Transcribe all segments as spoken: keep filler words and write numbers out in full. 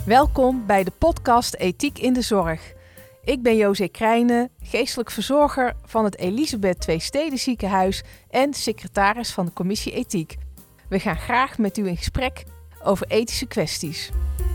Welkom bij de podcast Ethiek in de Zorg. Ik ben José Krijnen, geestelijk verzorger van het Elisabeth Twee Steden Ziekenhuis en secretaris van de commissie Ethiek. We gaan graag met u in gesprek over ethische kwesties.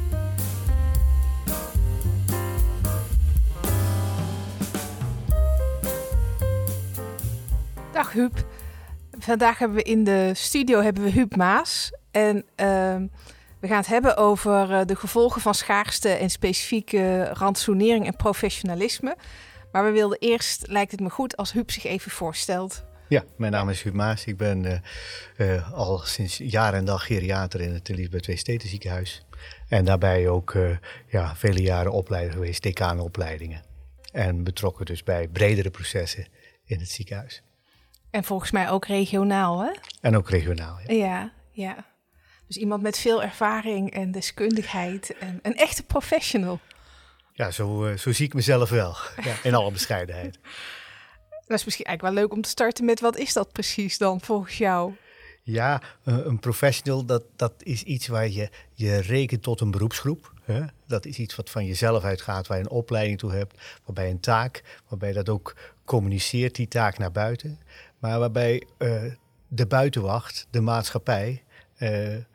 Dag Huub. Vandaag hebben we in de studio hebben we Huub Maas. En uh, we gaan het hebben over uh, de gevolgen van schaarste en specifieke rantsoenering en professionalisme. Maar we wilden eerst, lijkt het me goed, als Huub zich even voorstelt. Ja, mijn naam is Huub Maas. Ik ben uh, uh, al sinds jaar en dag geriater in het Elisabeth Twee Steden Ziekenhuis. En daarbij ook uh, ja, vele jaren opleider geweest, decanenopleidingen. En betrokken dus bij bredere processen in het ziekenhuis. En volgens mij ook regionaal, hè? En ook regionaal, ja. Ja, ja. Dus iemand met veel ervaring en deskundigheid en een echte professional. Ja, zo, uh, zo zie ik mezelf wel, ja, in alle bescheidenheid. Dat is misschien eigenlijk wel leuk om te starten met wat is dat precies dan volgens jou? Ja, uh, een professional, dat, dat is iets waar je je rekent tot een beroepsgroep. Hè? Dat is iets wat van jezelf uitgaat, waar je een opleiding toe hebt, waarbij een taak, waarbij dat ook communiceert, die taak naar buiten. Maar waarbij uh, de buitenwacht, de maatschappij, uh, uh,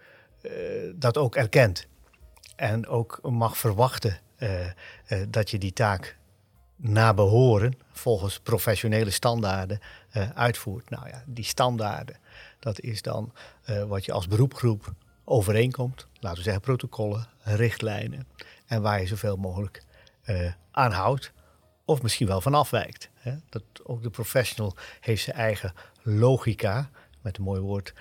dat ook erkent. En ook mag verwachten uh, uh, dat je die taak naar behoren, volgens professionele standaarden, uh, uitvoert. Nou ja, die standaarden, dat is dan uh, wat je als beroepsgroep overeenkomt. Laten we zeggen protocollen, richtlijnen. En waar je zoveel mogelijk uh, aan houdt. Of misschien wel van afwijkt. Hè? Dat ook de professional heeft zijn eigen logica. Met een mooi woord.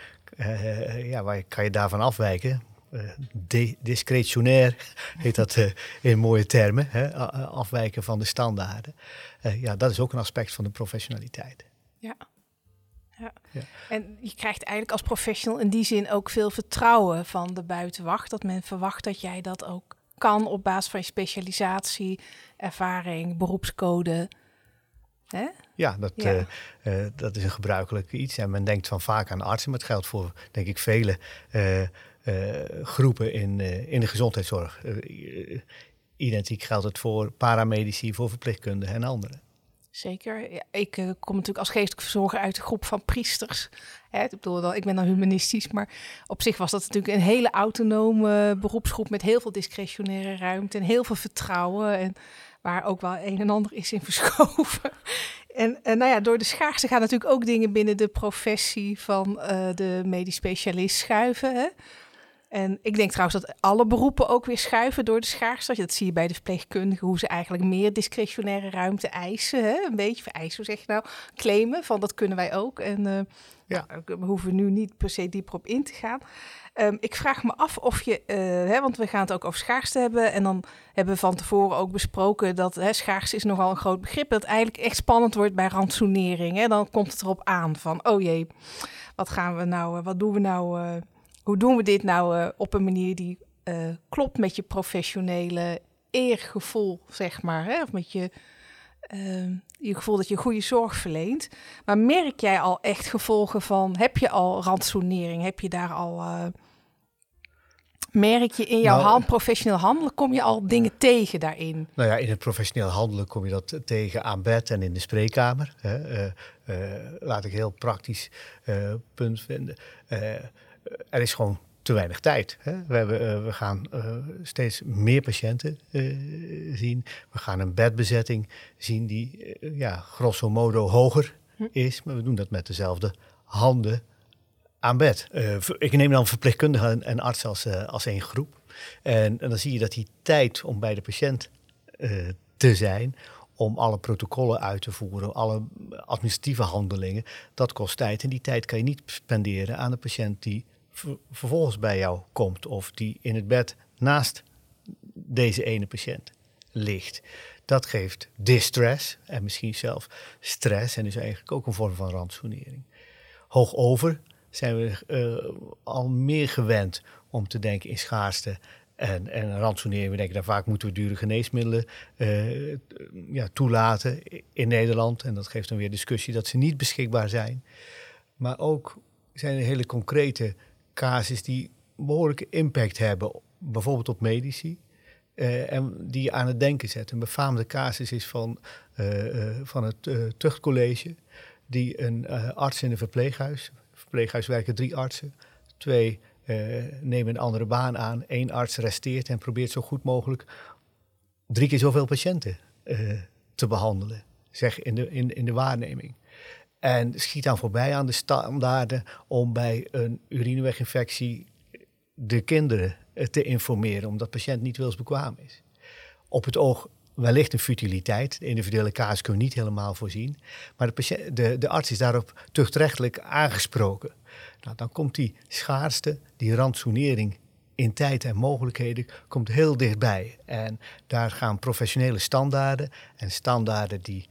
Uh, ja, waar kan je daarvan afwijken? Uh, de, discretionair heet dat uh, in mooie termen. Hè? Afwijken van de standaarden. Uh, ja, dat is ook een aspect van de professionaliteit. Ja. Ja. ja. En je krijgt eigenlijk als professional in die zin ook veel vertrouwen van de buitenwacht. Dat men verwacht dat jij dat ook kan op basis van je specialisatie, ervaring, beroepscode. Hè? Ja, dat, ja. Uh, uh, dat is een gebruikelijk iets. En men denkt van vaak aan artsen, maar het geldt voor, denk ik, vele uh, uh, groepen in, uh, in de gezondheidszorg. Uh, identiek geldt het voor paramedici, voor verpleegkundigen en anderen. Zeker. Ja, ik uh, kom natuurlijk als geestelijk verzorger uit de groep van priesters. Hè, ik bedoel, ik ben dan humanistisch, maar op zich was dat natuurlijk een hele autonome beroepsgroep met heel veel discretionaire ruimte en heel veel vertrouwen en waar ook wel een en ander is in verschoven. En, en nou ja, door de schaarste gaan natuurlijk ook dingen binnen de professie van uh, de medisch specialist schuiven. Hè? En ik denk trouwens dat alle beroepen ook weer schuiven door de schaarste. Dat zie je bij de verpleegkundigen, hoe ze eigenlijk meer discretionaire ruimte eisen. Hè? Een beetje vereisen, zeg je nou, claimen van dat kunnen wij ook. En uh, ja. nou, we hoeven nu niet per se dieper op in te gaan. Um, ik vraag me af of je, uh, hè, want we gaan het ook over schaarste hebben. En dan hebben we van tevoren ook besproken dat hè, schaarste is nogal een groot begrip. Dat het eigenlijk echt spannend wordt bij rantsoenering. Hè? Dan komt het erop aan van, oh jee, wat gaan we nou, wat doen we nou... Uh, Hoe doen we dit nou uh, op een manier die uh, klopt met je professionele eergevoel, zeg maar. Hè? Of met je, uh, je gevoel dat je goede zorg verleent. Maar merk jij al echt gevolgen van, heb je al rantsoenering? Heb je daar al, uh, merk je in jouw nou, hand, professioneel handelen, kom je al dingen tegen daarin? Nou ja, in het professioneel handelen kom je dat tegen aan bed en in de spreekkamer. Hè? Uh, uh, laat ik heel praktisch uh, punt vinden. Uh, Er is gewoon te weinig tijd. Hè? We, hebben, uh, we gaan uh, steeds meer patiënten uh, zien. We gaan een bedbezetting zien die uh, ja, grosso modo hoger is. Maar we doen dat met dezelfde handen aan bed. Uh, ik neem dan verpleegkundigen en artsen als, uh, als één groep. En, en dan zie je dat die tijd om bij de patiënt uh, te zijn, om alle protocollen uit te voeren, alle administratieve handelingen, dat kost tijd. En die tijd kan je niet spenderen aan de patiënt die ver- vervolgens bij jou komt of die in het bed naast deze ene patiënt ligt. Dat geeft distress en misschien zelf stress en is eigenlijk ook een vorm van rantsoenering. Hoogover zijn we uh, al meer gewend om te denken in schaarste en, en rantsoenering. We denken daar vaak moeten we dure geneesmiddelen uh, ja, toelaten in Nederland. En dat geeft dan weer discussie dat ze niet beschikbaar zijn. Maar ook zijn er hele concrete casus die behoorlijke impact hebben, bijvoorbeeld op medici. uh, en die je aan het denken zet. Een befaamde casus is van, uh, uh, van het uh, Tuchtcollege, die een uh, arts in een verpleeghuis, verpleeghuis werken drie artsen, twee uh, nemen een andere baan aan, één arts resteert en probeert zo goed mogelijk drie keer zoveel patiënten uh, te behandelen, zeg in de, in, in de waarneming. En schiet dan voorbij aan de standaarden om bij een urineweginfectie de kinderen te informeren, omdat de patiënt niet wilsbekwaam is. Op het oog wellicht een futiliteit. De individuele casus kunnen we niet helemaal voorzien. Maar de, patiënt, de, de arts is daarop tuchtrechtelijk aangesproken. Nou, dan komt die schaarste, die rantsoenering in tijd en mogelijkheden, komt heel dichtbij. En daar gaan professionele standaarden en standaarden die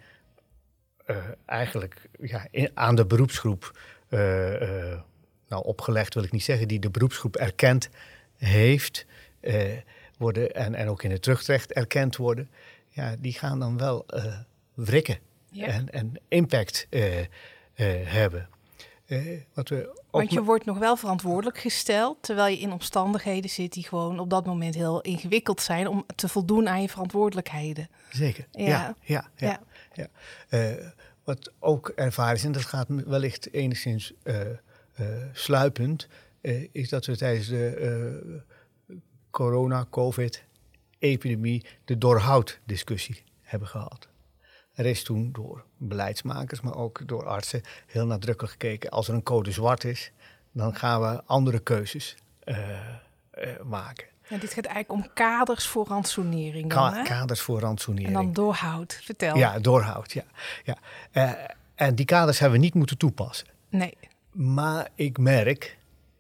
uh, eigenlijk ja, in, aan de beroepsgroep uh, uh, nou, opgelegd wil ik niet zeggen, die de beroepsgroep erkend heeft, uh, worden en, en ook in het terugrecht erkend worden, ja, die gaan dan wel uh, wrikken ja. en, en impact uh, uh, hebben. Uh, wat we Want je wordt nog wel verantwoordelijk gesteld, terwijl je in omstandigheden zit die gewoon op dat moment heel ingewikkeld zijn om te voldoen aan je verantwoordelijkheden. Zeker, ja. ja, ja, ja. ja. Uh, wat ook ervaren is, en dat gaat wellicht enigszins uh, uh, sluipend, uh, is dat we tijdens de uh, corona, covid-epidemie de doorhoud-discussie hebben gehad. Er is toen door beleidsmakers, maar ook door artsen heel nadrukkelijk gekeken. Als er een code zwart is, dan gaan we andere keuzes uh, uh, maken. Ja, dit gaat eigenlijk om kaders voor rantsoenering. Dan, Ka- hè? Kaders voor rantsoenering. En dan doorhoud. Vertel. Ja, doorhoud. Ja. Ja. Uh, en die kaders hebben we niet moeten toepassen. Nee. Maar ik merk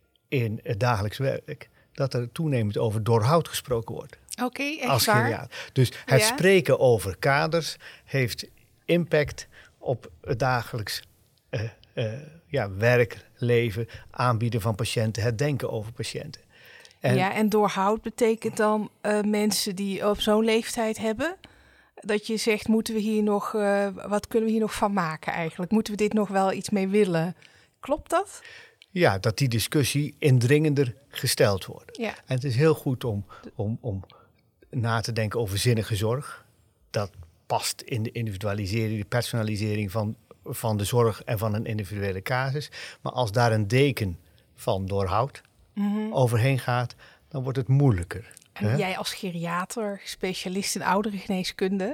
in het dagelijks werk dat er toenemend over doorhoud gesproken wordt. Oké, okay, echt als waar? geriaat. Dus het ja? spreken over kaders heeft impact op het dagelijks uh, uh, ja, werk, leven, aanbieden van patiënten, het denken over patiënten. En, ja, en doorhoud betekent dan uh, mensen die op zo'n leeftijd hebben, dat je zegt, moeten we hier nog, uh, wat kunnen we hier nog van maken eigenlijk? Moeten we dit nog wel iets mee willen? Klopt dat? Ja, dat die discussie indringender gesteld wordt. Ja. En het is heel goed om, om, om na te denken over zinnige zorg. Dat past in de individualisering, de personalisering van, van de zorg en van een individuele casus. Maar als daar een deken van doorhoud mm-hmm. overheen gaat, dan wordt het moeilijker. En hè? Jij als geriater, specialist in ouderengeneeskunde,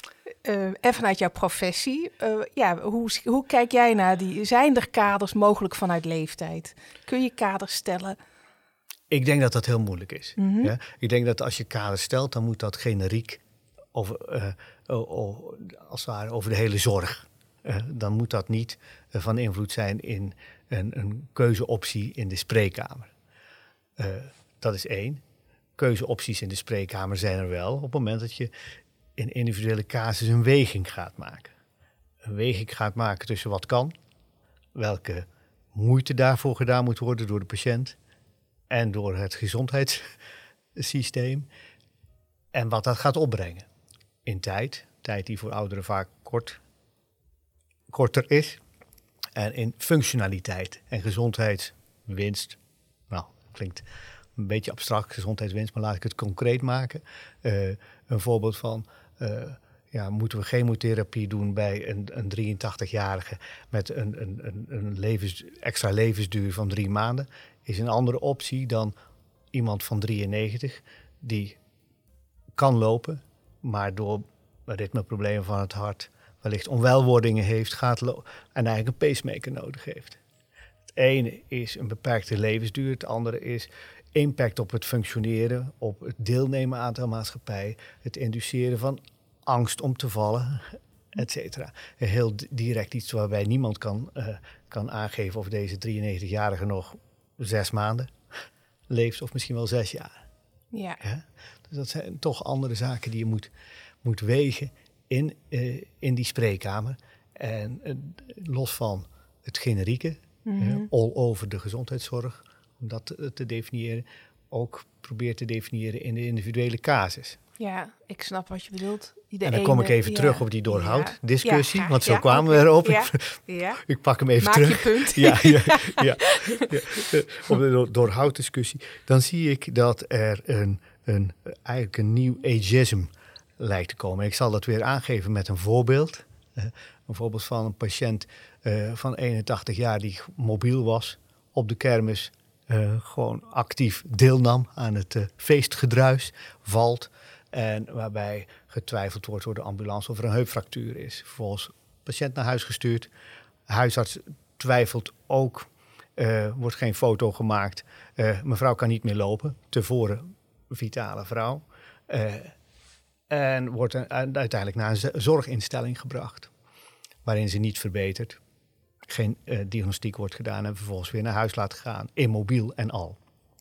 uh, en vanuit jouw professie, uh, ja, hoe, hoe kijk jij naar die? Zijn er kaders mogelijk vanuit leeftijd? Kun je kaders stellen? Ik denk dat dat heel moeilijk is. Mm-hmm. Ja? Ik denk dat als je kaders stelt, dan moet dat generiek over, uh, oh, oh, als het ware over de hele zorg. Uh, dan moet dat niet uh, van invloed zijn in een, een keuzeoptie in de spreekkamer. Uh, dat is één. Keuzeopties in de spreekkamer zijn er wel op het moment dat je in individuele casus een weging gaat maken. Een weging gaat maken tussen wat kan, welke moeite daarvoor gedaan moet worden door de patiënt en door het gezondheidssysteem en wat dat gaat opbrengen. In tijd, tijd die voor ouderen vaak kort, korter is, en in functionaliteit en gezondheidswinst. Nou, dat klinkt een beetje abstract, gezondheidswinst, maar laat ik het concreet maken. Uh, een voorbeeld van, uh, ja, moeten we chemotherapie doen bij een, een drieëntachtigjarige met een, een, een, een levens, extra levensduur van drie maanden, is een andere optie dan iemand van drieënnegentig die kan lopen, maar door ritmeproblemen van het hart wellicht onwelwordingen heeft, gaat lo- en eigenlijk een pacemaker nodig heeft. Het ene is een beperkte levensduur, het andere is impact op het functioneren, op het deelnemen aan de maatschappij, het induceren van angst om te vallen, et cetera. Heel d- direct iets waarbij niemand kan, uh, kan aangeven of deze drieënnegentigjarige nog zes maanden leeft of misschien wel zes jaar. Ja. Ja? Dus dat zijn toch andere zaken die je moet, moet wegen in, uh, in die spreekkamer. En uh, los van het generieke, mm-hmm. uh, all over de gezondheidszorg, om dat te, te definiëren, ook probeer te definiëren in de individuele casus. Ja, ik snap wat je bedoelt. De en dan ene, kom ik even ja, terug op die doorhoud-discussie, ja, want zo ja, kwamen okay. we erop. Ja, ik, ja. ik pak hem even Maak terug. Je punt. Ja, ja, ja, ja. Op de doorhoud-discussie. Dan zie ik dat er een, een, eigenlijk een nieuw ageism lijkt te komen. Ik zal dat weer aangeven met een voorbeeld. Uh, een voorbeeld van een patiënt uh, van eenentachtig jaar die mobiel was op de kermis. Uh, gewoon actief deelnam aan het uh, feestgedruis, valt. En waarbij getwijfeld wordt door de ambulance of er een heupfractuur is. Vervolgens patiënt naar huis gestuurd. Huisarts twijfelt ook. Uh, wordt geen foto gemaakt. Uh, mevrouw kan niet meer lopen. Tevoren vitale vrouw. Uh, en wordt een, uiteindelijk naar een zorginstelling gebracht. Waarin ze niet verbetert. Geen uh, diagnostiek wordt gedaan en vervolgens weer naar huis laten gaan. Immobiel en al.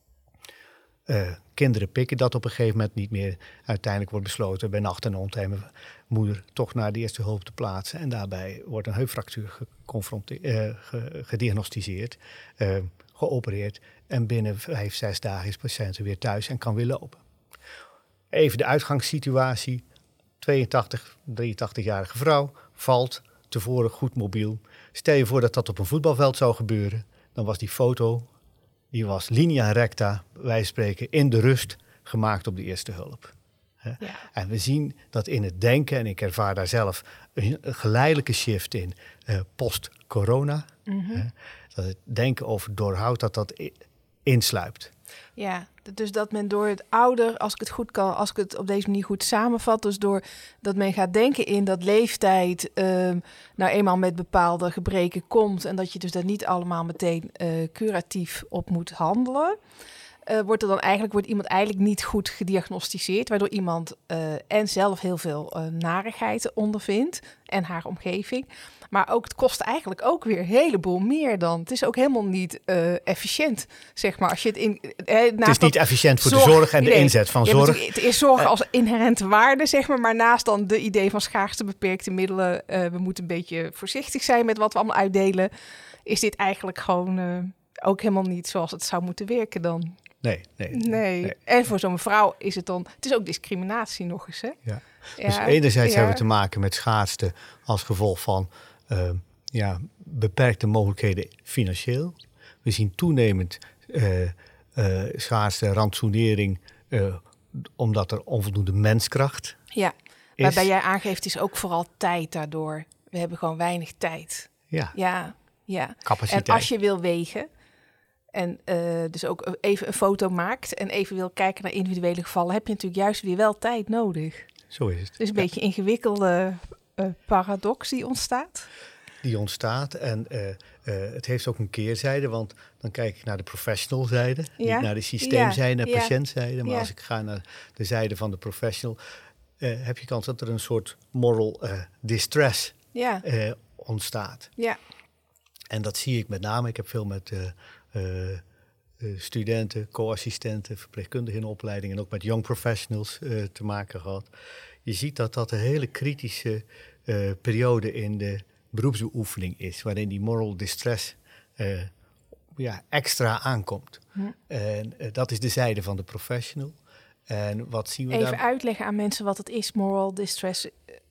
Uh, kinderen pikken dat op een gegeven moment niet meer. Uiteindelijk wordt besloten bij nacht en ontheemde moeder toch naar de eerste hulp te plaatsen. En daarbij wordt een heupfractuur uh, gediagnosticeerd, uh, geopereerd. En binnen vijf, zes dagen is de patiënt weer thuis en kan weer lopen. Even de uitgangssituatie. tweeëntachtig, drieëntachtigjarige vrouw valt, tevoren goed mobiel. Stel je voor dat dat op een voetbalveld zou gebeuren. Dan was die foto, die was linea recta, wij spreken in de rust, gemaakt op de eerste hulp. Ja. En we zien dat in het denken, en ik ervaar daar zelf een geleidelijke shift in, uh, post-corona. Mm-hmm. uh, dat het denken over doorhoud, dat dat i- insluipt. Ja, dus dat men door het ouder, als ik het goed kan, als ik het op deze manier goed samenvat, dus door dat men gaat denken in dat leeftijd um, nou eenmaal met bepaalde gebreken komt en dat je dus daar niet allemaal meteen uh, curatief op moet handelen. Uh, wordt er dan eigenlijk wordt iemand eigenlijk niet goed gediagnosticeerd, waardoor iemand uh, en zelf heel veel uh, narigheid ondervindt en haar omgeving. Maar ook het kost eigenlijk ook weer een heleboel meer dan. Het is ook helemaal niet uh, efficiënt, zeg maar. Als je het in, eh, het is niet efficiënt voor zorg, de zorg en de nee, inzet van zorg. Het is zorg als inherente waarde, zeg maar. Maar naast dan de idee van schaarste beperkte middelen, uh, we moeten een beetje voorzichtig zijn met wat we allemaal uitdelen, is dit eigenlijk gewoon uh, ook helemaal niet zoals het zou moeten werken dan. Nee, nee, nee. nee. En voor zo'n mevrouw is het dan... Het is ook discriminatie nog eens, hè? Ja. Ja. Dus enerzijds ja. hebben we te maken met schaarste als gevolg van uh, ja, beperkte mogelijkheden financieel. We zien toenemend uh, uh, schaarste, rantsoenering, uh, omdat er onvoldoende menskracht ja. is. Waarbij jij aangeeft, is ook vooral tijd daardoor. We hebben gewoon weinig tijd. Ja. Ja, ja. Capaciteit. En als je wil wegen... En uh, dus ook even een foto maakt en even wil kijken naar individuele gevallen, heb je natuurlijk juist weer wel tijd nodig. Zo is het. Dus een ja. beetje een ingewikkelde uh, paradox die ontstaat. Die ontstaat en uh, uh, het heeft ook een keerzijde, want dan kijk ik naar de professional zijde, ja. niet naar de systeemzijde, naar de ja. patiëntzijde. Maar ja. als ik ga naar de zijde van de professional, uh, heb je kans dat er een soort moral uh, distress ja. uh, ontstaat. Ja. En dat zie ik met name, ik heb veel met... Uh, Uh, uh, studenten, co-assistenten, verpleegkundigen in opleiding en ook met young professionals uh, te maken gehad. Je ziet dat dat een hele kritische uh, periode in de beroepsbeoefening is, waarin die moral distress uh, ja, extra aankomt. Hm. En uh, dat is de zijde van de professional. En wat zien we Even daar? uitleggen aan mensen wat het is, moral distress.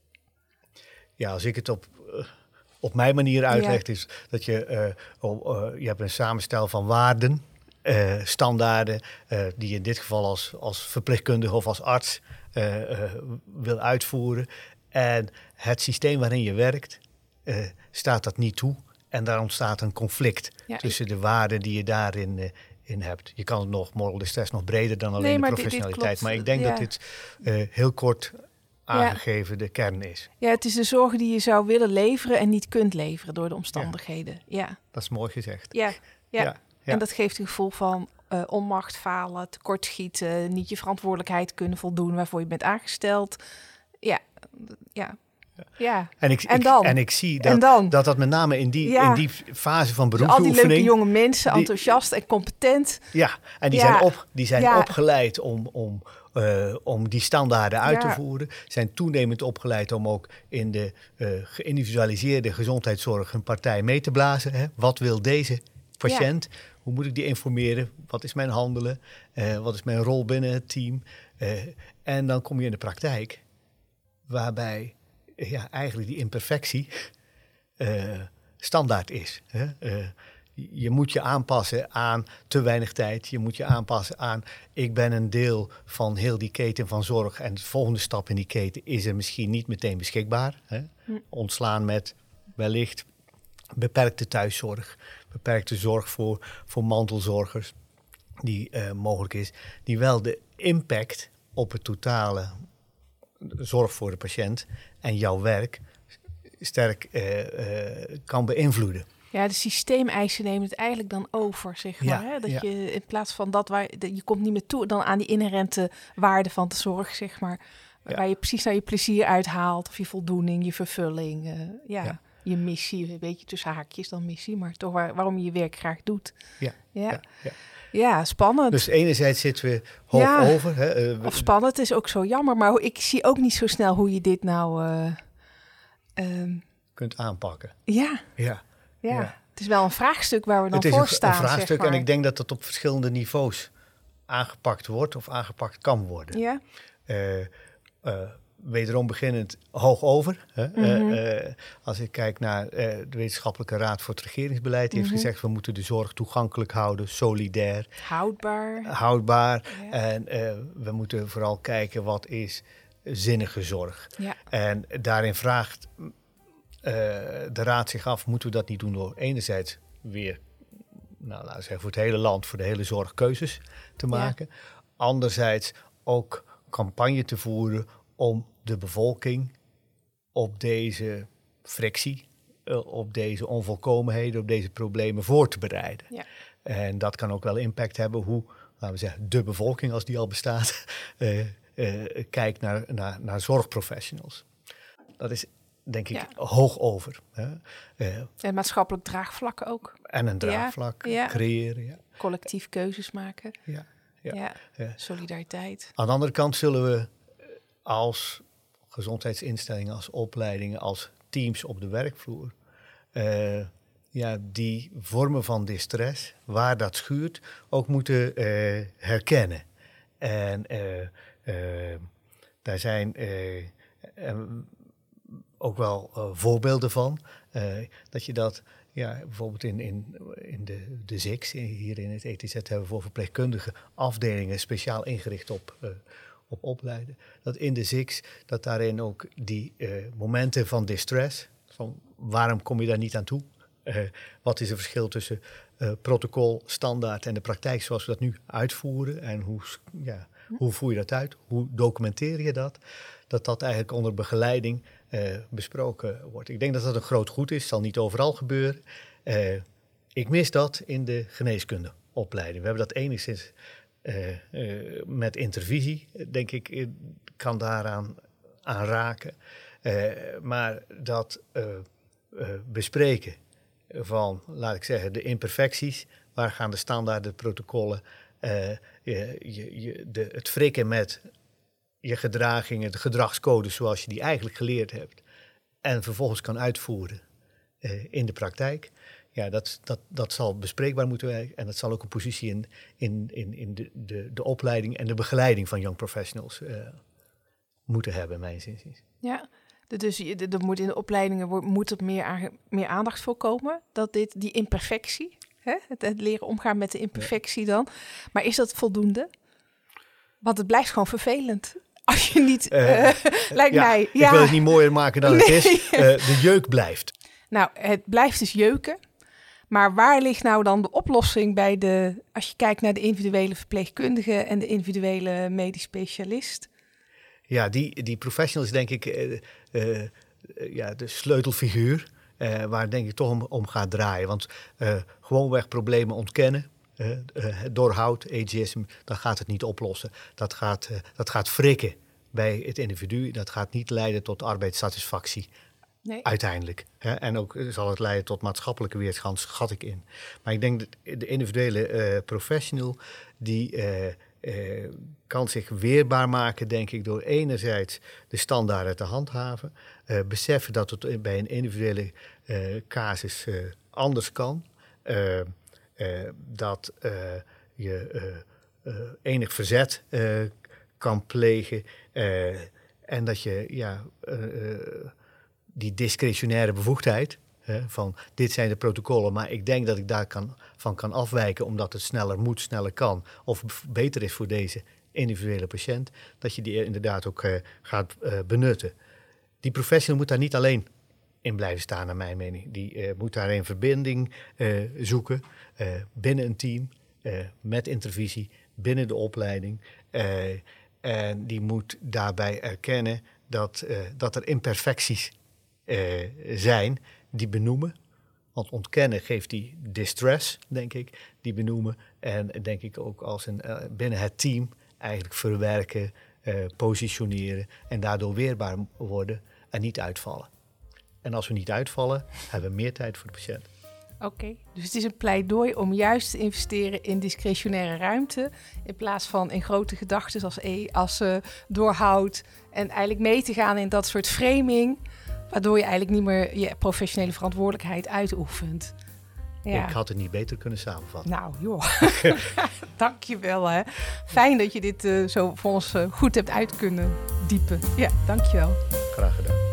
Ja, als ik het op... Uh, op mijn manier uitlegt, ja. is dat je, uh, oh, uh, je hebt een samenstel van waarden, uh, standaarden, uh, die je in dit geval als, als verpleegkundige of als arts uh, uh, wil uitvoeren. En het systeem waarin je werkt, uh, staat dat niet toe. En daar ontstaat een conflict ja, tussen ik... de waarden die je daarin uh, in hebt. Je kan het nog, moral distress, nog breder dan alleen nee, de professionaliteit. Dit, dit maar ik denk ja. dat dit uh, heel kort... aangegeven ja. de kern is. Ja, het is de zorg die je zou willen leveren en niet kunt leveren door de omstandigheden. Ja, ja. Dat is mooi gezegd. Ja, ja. ja. ja. En dat geeft een gevoel van uh, onmacht, falen, tekortschieten, niet je verantwoordelijkheid kunnen voldoen waarvoor je bent aangesteld. Ja, ja. Ja. En, ik, en, ik, dan? en ik zie dat dat, dat, dat met name in die, ja. in die fase van beroepsbeoefening... Dus al die leuke jonge mensen, die, enthousiast en competent. Ja, en die ja. zijn, op, die zijn ja. opgeleid om, om, uh, om die standaarden uit ja. te voeren. Zijn toenemend opgeleid om ook in de uh, geïndividualiseerde gezondheidszorg een partij mee te blazen. Hè? Wat wil deze patiënt? Ja. Hoe moet ik die informeren? Wat is mijn handelen? Uh, wat is mijn rol binnen het team? Uh, en dan kom je in de praktijk waarbij... ja, eigenlijk die imperfectie uh, standaard is. Hè? Uh, je moet je aanpassen aan te weinig tijd. Je moet je aanpassen aan, ik ben een deel van heel die keten van zorg. En de volgende stap in die keten is er misschien niet meteen beschikbaar. Hè? Hm. Ontslaan met wellicht beperkte thuiszorg. Beperkte zorg voor, voor mantelzorgers die uh, mogelijk is. Die wel de impact op het totale zorg voor de patiënt en jouw werk sterk uh, uh, kan beïnvloeden. Ja, de systeemeisen nemen het eigenlijk dan over, zeg maar. Ja, hè? Dat ja. je in plaats van dat waar je komt niet meer toe dan aan die inherente waarde van de zorg, zeg maar. Ja. Waar je precies naar je plezier uithaalt, of je voldoening, je vervulling, uh, ja, ja, je missie, een beetje tussen haakjes dan missie, maar toch waar, waarom je je werk graag doet. Ja, ja. ja, ja. Ja, spannend. Dus enerzijds zitten we hoog ja, over. Hè, uh, of spannend is ook zo jammer, maar ik zie ook niet zo snel hoe je dit nou uh, um, kunt aanpakken. Ja. Ja. Ja. ja, het is wel een vraagstuk waar we dan voor staan. Het is een, een vraagstuk zeg maar. En ik denk dat het op verschillende niveaus aangepakt wordt of aangepakt kan worden. Ja. Uh, uh, wederom beginnend hoog over. Hè? Mm-hmm. uh, uh, als ik kijk naar uh, de Wetenschappelijke Raad voor het Regeringsbeleid, die mm-hmm. heeft gezegd, we moeten de zorg toegankelijk houden, solidair. Houdbaar. Houdbaar. Ja. En uh, we moeten vooral kijken, wat is zinnige zorg? Ja. En daarin vraagt uh, de Raad zich af, moeten we dat niet doen door enerzijds weer, nou, laten we zeggen, voor het hele land, voor de hele zorg keuzes te maken. Ja. Anderzijds ook campagne te voeren om de bevolking op deze frictie, uh, op deze onvolkomenheden, op deze problemen voor te bereiden. Ja. En dat kan ook wel impact hebben hoe, laten we zeggen, de bevolking, als die al bestaat, uh, uh, kijkt naar, naar, naar zorgprofessionals. Dat is, denk ik, ja. hoog over. Hè? Uh, en maatschappelijk draagvlak ook. En een draagvlak ja. Ja. creëren. Ja. Collectief keuzes maken. Ja. Ja. Ja. Ja. Solidariteit. Aan de andere kant zullen we als gezondheidsinstellingen, als opleidingen, als teams op de werkvloer, uh, ja, die vormen van distress, waar dat schuurt, ook moeten uh, herkennen. En uh, uh, daar zijn uh, uh, ook wel uh, voorbeelden van, uh, dat je dat, ja, bijvoorbeeld in, in, in de, de Z I C's, hier in het E T Z hebben we voor verpleegkundige afdelingen speciaal ingericht op, uh, op opleiden. Dat in de Z I C's, dat daarin ook die uh, momenten van distress, van waarom kom je daar niet aan toe? Uh, wat is het verschil tussen uh, protocol, standaard en de praktijk zoals we dat nu uitvoeren? En hoe, ja, hoe voer je dat uit? Hoe documenteer je dat? Dat dat eigenlijk onder begeleiding uh, besproken wordt. Ik denk dat dat een groot goed is. Zal niet overal gebeuren. Uh, ik mis dat in de geneeskundeopleiding. We hebben dat enigszins uh, uh, met intervisie, denk ik, kan daaraan aan raken. Uh, maar dat uh, uh, bespreken van, laat ik zeggen, de imperfecties. Waar gaan de standaarden, de protocollen, uh, je, je, je, de, het frikken met je gedragingen, de gedragscodes zoals je die eigenlijk geleerd hebt. En vervolgens kan uitvoeren uh, in de praktijk. Ja, dat, dat, dat zal bespreekbaar moeten werken. En dat zal ook een positie in, in, in, in de, de, de opleiding en de begeleiding van young professionals uh, moeten hebben, mijn zinziens. Ja, dus er moet in de opleidingen moet er meer, aan, meer aandacht voor komen. Dat dit, die imperfectie, hè, het, het leren omgaan met de imperfectie ja. dan. Maar is dat voldoende? Want het blijft gewoon vervelend. Als je niet, uh, uh, lijkt ja, mij. Ik ja. wil het niet mooier maken dan nee. het is. Uh, de jeuk blijft. Nou, het blijft dus jeuken. Maar waar ligt nou dan de oplossing bij de, als je kijkt naar de individuele verpleegkundige en de individuele medisch specialist? Ja, die, die professional is denk ik uh, uh, ja, de sleutelfiguur uh, waar denk ik toch om, om gaat draaien. Want uh, gewoonweg problemen ontkennen, uh, uh, doorhoud, ageism, dat gaat het niet oplossen. Dat gaat, uh, dat gaat wrikken bij het individu. Dat gaat niet leiden tot arbeidssatisfactie. Nee. Uiteindelijk. Hè? En ook zal het leiden tot maatschappelijke weerstand, schat ik in. Maar ik denk dat de individuele uh, professional, die uh, uh, kan zich weerbaar maken, denk ik, door enerzijds de standaarden te handhaven. Uh, beseffen dat het bij een individuele uh, casus uh, anders kan. Uh, uh, dat uh, je uh, uh, enig verzet uh, kan plegen. Uh, en dat je, ja... Uh, uh, die discretionaire bevoegdheid, Hè, van dit zijn de protocollen, maar ik denk dat ik daar kan, van kan afwijken omdat het sneller moet, sneller kan. Of beter is voor deze individuele patiënt. Dat je die inderdaad ook uh, gaat uh, benutten. Die professional moet daar niet alleen in blijven staan, naar mijn mening. Die uh, moet daar een verbinding uh, zoeken uh, binnen een team, uh, met intervisie, binnen de opleiding. Uh, en die moet daarbij erkennen dat, uh, dat er imperfecties uh, zijn, die benoemen. Want ontkennen geeft die distress, denk ik, die benoemen. En denk ik ook als een, uh, binnen het team eigenlijk verwerken, uh, positioneren en daardoor weerbaar worden en niet uitvallen. En als we niet uitvallen, hebben we meer tijd voor de patiënt. Oké, okay, dus het is een pleidooi om juist te investeren in discretionaire ruimte in plaats van in grote gedachten als e-assen, doorhoud en eigenlijk mee te gaan in dat soort framing, waardoor je eigenlijk niet meer je professionele verantwoordelijkheid uitoefent. Ja. Ik had het niet beter kunnen samenvatten. Nou, joh. Dank je wel. Hè. Fijn dat je dit uh, zo voor ons uh, goed hebt uit kunnen diepen. Ja, dank je wel. Graag gedaan.